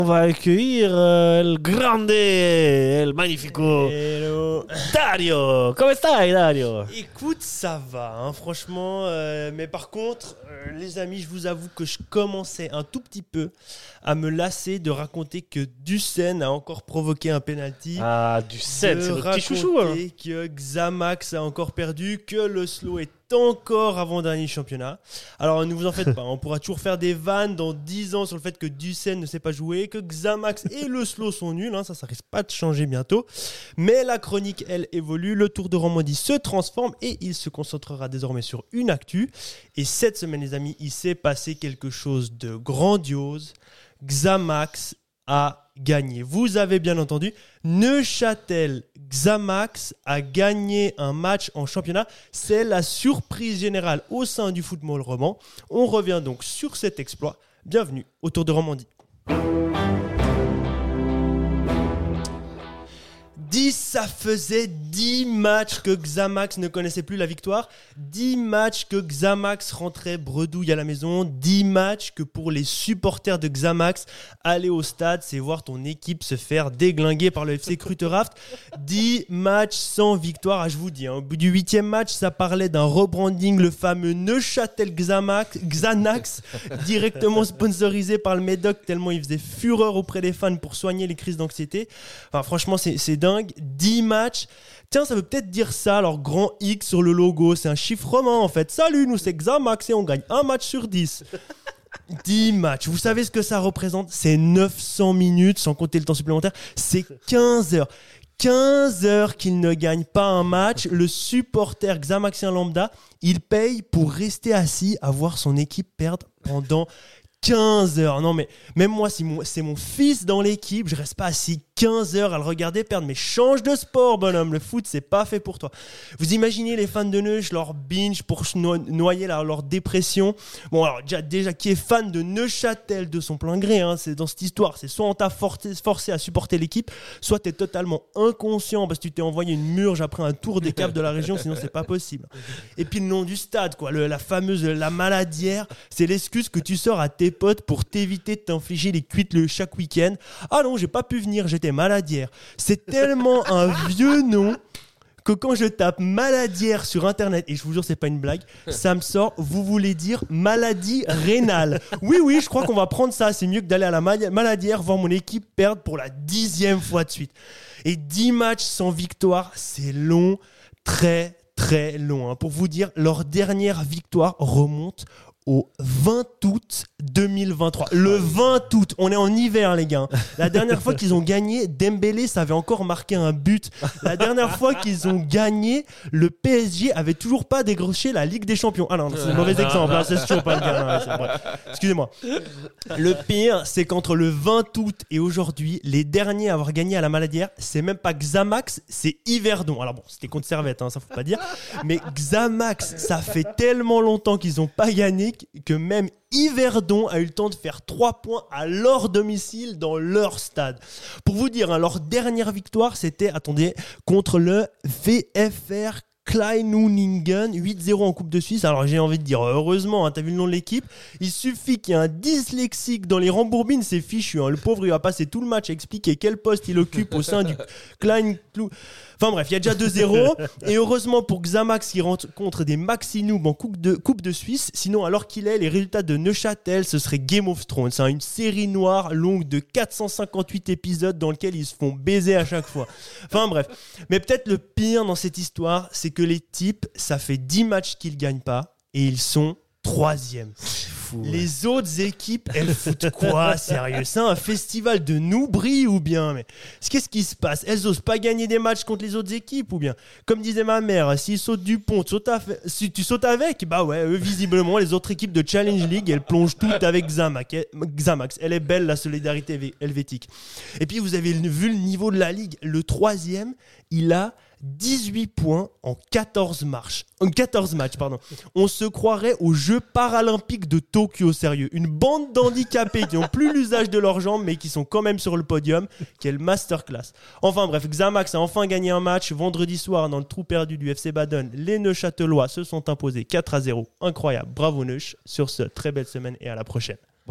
On va accueillir el grande, el magnifico Hello. Dario. Come stai, Dario? Écoute, ça va, hein, franchement. Mais par contre, les amis, je vous avoue que je commençais un tout petit peu à me lasser de raconter que Dussen a encore provoqué un penalty. Ah, Dussen, c'est notre petit chouchou. Hein. Que Xamax a encore perdu, que le slow est encore avant-dernier championnat. Alors ne vous en faites pas, on pourra toujours faire des vannes dans 10 ans sur le fait que Dussen ne sait pas jouer, que Xamax et le slow sont nuls, hein, ça risque pas de changer bientôt. Mais la chronique, elle, évolue, le Tour de Romandie se transforme et il se concentrera désormais sur une actu. Et cette semaine, les amis, il s'est passé quelque chose de grandiose. Xamax a gagné. Vous avez bien entendu, Neuchâtel Xamax a gagné un match en championnat. C'est la surprise générale au sein du football roman. On revient donc sur cet exploit. Bienvenue au Tour de Romandie. 10, ça faisait 10 matchs que Xamax ne connaissait plus la victoire. 10 matchs que Xamax rentrait bredouille à la maison. 10 matchs que pour les supporters de Xamax, aller au stade, c'est voir ton équipe se faire déglinguer par le FC Kruteraft. 10 matchs sans victoire. Ah, je vous dis, hein, au bout du 8e match, ça parlait d'un rebranding, le fameux Neuchâtel Xanax, directement sponsorisé par le Médoc, tellement il faisait fureur auprès des fans pour soigner les crises d'anxiété. Enfin, franchement, c'est dingue. 10 matchs. Tiens, ça veut peut-être dire ça, alors grand X sur le logo, c'est un chiffre romain en fait. Salut, nous c'est Xamax et on gagne un match sur 10. 10 matchs. Vous savez ce que ça représente ? C'est 900 minutes, sans compter le temps supplémentaire. C'est 15 heures. 15 heures qu'il ne gagne pas un match. Le supporter Xamaxien lambda, il paye pour rester assis à voir son équipe perdre pendant 15 heures. Non mais même moi, si c'est mon fils dans l'équipe, je reste pas assis 15 heures à le regarder perdre. Mais change de sport, bonhomme. Le foot, c'est pas fait pour toi. Vous imaginez les fans de Neuch, leur binge pour noyer leur dépression. Bon, alors déjà qui est fan de Neuchâtel de son plein gré, hein, c'est dans cette histoire. C'est soit on t'a forcé à supporter l'équipe, soit t'es totalement inconscient parce que tu t'es envoyé une murge après un tour des caves de la région, sinon c'est pas possible. Et puis le nom du stade, quoi, la fameuse la Maladière, c'est l'excuse que tu sors à tes potes pour t'éviter de t'infliger les cuites chaque week-end. Ah non, j'ai pas pu venir, j'étais Maladière. C'est tellement un vieux nom que quand je tape Maladière sur internet, et je vous jure c'est pas une blague, ça me sort, vous voulez dire maladie rénale. Oui, je crois qu'on va prendre ça, c'est mieux que d'aller à la Maladière voir mon équipe perdre pour la 10e fois de suite. Et 10 matchs sans victoire, c'est long, très très long. Hein. Pour vous dire, leur dernière victoire remonte au 20 août 2023. Le 20 août, on est en hiver les gars. La dernière fois qu'ils ont gagné, Dembélé, ça avait encore marqué un but. La dernière fois qu'ils ont gagné, le PSG avait toujours pas décroché la Ligue des Champions. Ah non, c'est un mauvais exemple, là, c'est toujours pas le cas. Excusez-moi. Le pire, c'est qu'entre le 20 août et aujourd'hui, les derniers à avoir gagné à la Maladière, c'est même pas Xamax, c'est Yverdon. Alors bon, c'était contre Servette, hein, ça faut pas dire. Mais Xamax, ça fait tellement longtemps qu'ils ont pas gagné que même Yverdon a eu le temps de faire 3 points à leur domicile dans leur stade. Pour vous dire, hein, leur dernière victoire, c'était, attendez, contre le VfR Kleinuningen, 8-0 en Coupe de Suisse. Alors j'ai envie de dire, heureusement, hein, t'as vu le nom de l'équipe, il suffit qu'il y ait un dyslexique dans les rembourbines, c'est fichu. Hein. Le pauvre, il va passer tout le match à expliquer quel poste il occupe au sein du Klein... Enfin bref, il y a déjà 2-0. Et heureusement pour Xamax qui rencontre des maxi noobs en Coupe de Suisse. Sinon, alors qu'il est, les résultats de Neuchâtel, ce serait Game of Thrones. C'est une série noire longue de 458 épisodes dans lequel ils se font baiser à chaque fois. Enfin bref. Mais peut-être le pire dans cette histoire, c'est que les types, ça fait 10 matchs qu'ils ne gagnent pas et ils sont 3e. Les autres équipes, elles foutent quoi, sérieux ? C'est un festival de noobries ou bien ? Mais qu'est-ce qui se passe ? Elles osent pas gagner des matchs contre les autres équipes ou bien ? Comme disait ma mère, s'ils sautent du pont, si tu sautes avec, bah ouais, eux visiblement, les autres équipes de Challenge League, elles plongent toutes avec Xamax. Elle est belle, la solidarité helvétique. Et puis vous avez vu le niveau de la ligue. Le 3e, il a 18 points en 14 matchs. On se croirait aux Jeux paralympiques de Tokyo, sérieux. Une bande d'handicapés qui n'ont plus l'usage de leurs jambes mais qui sont quand même sur le podium. Quelle masterclass. Enfin bref, Xamax a enfin gagné un match. Vendredi soir, dans le trou perdu du FC Baden, les Neuchâtelois se sont imposés 4-0. Incroyable. Bravo Neuch. Sur ce, très belle semaine et à la prochaine.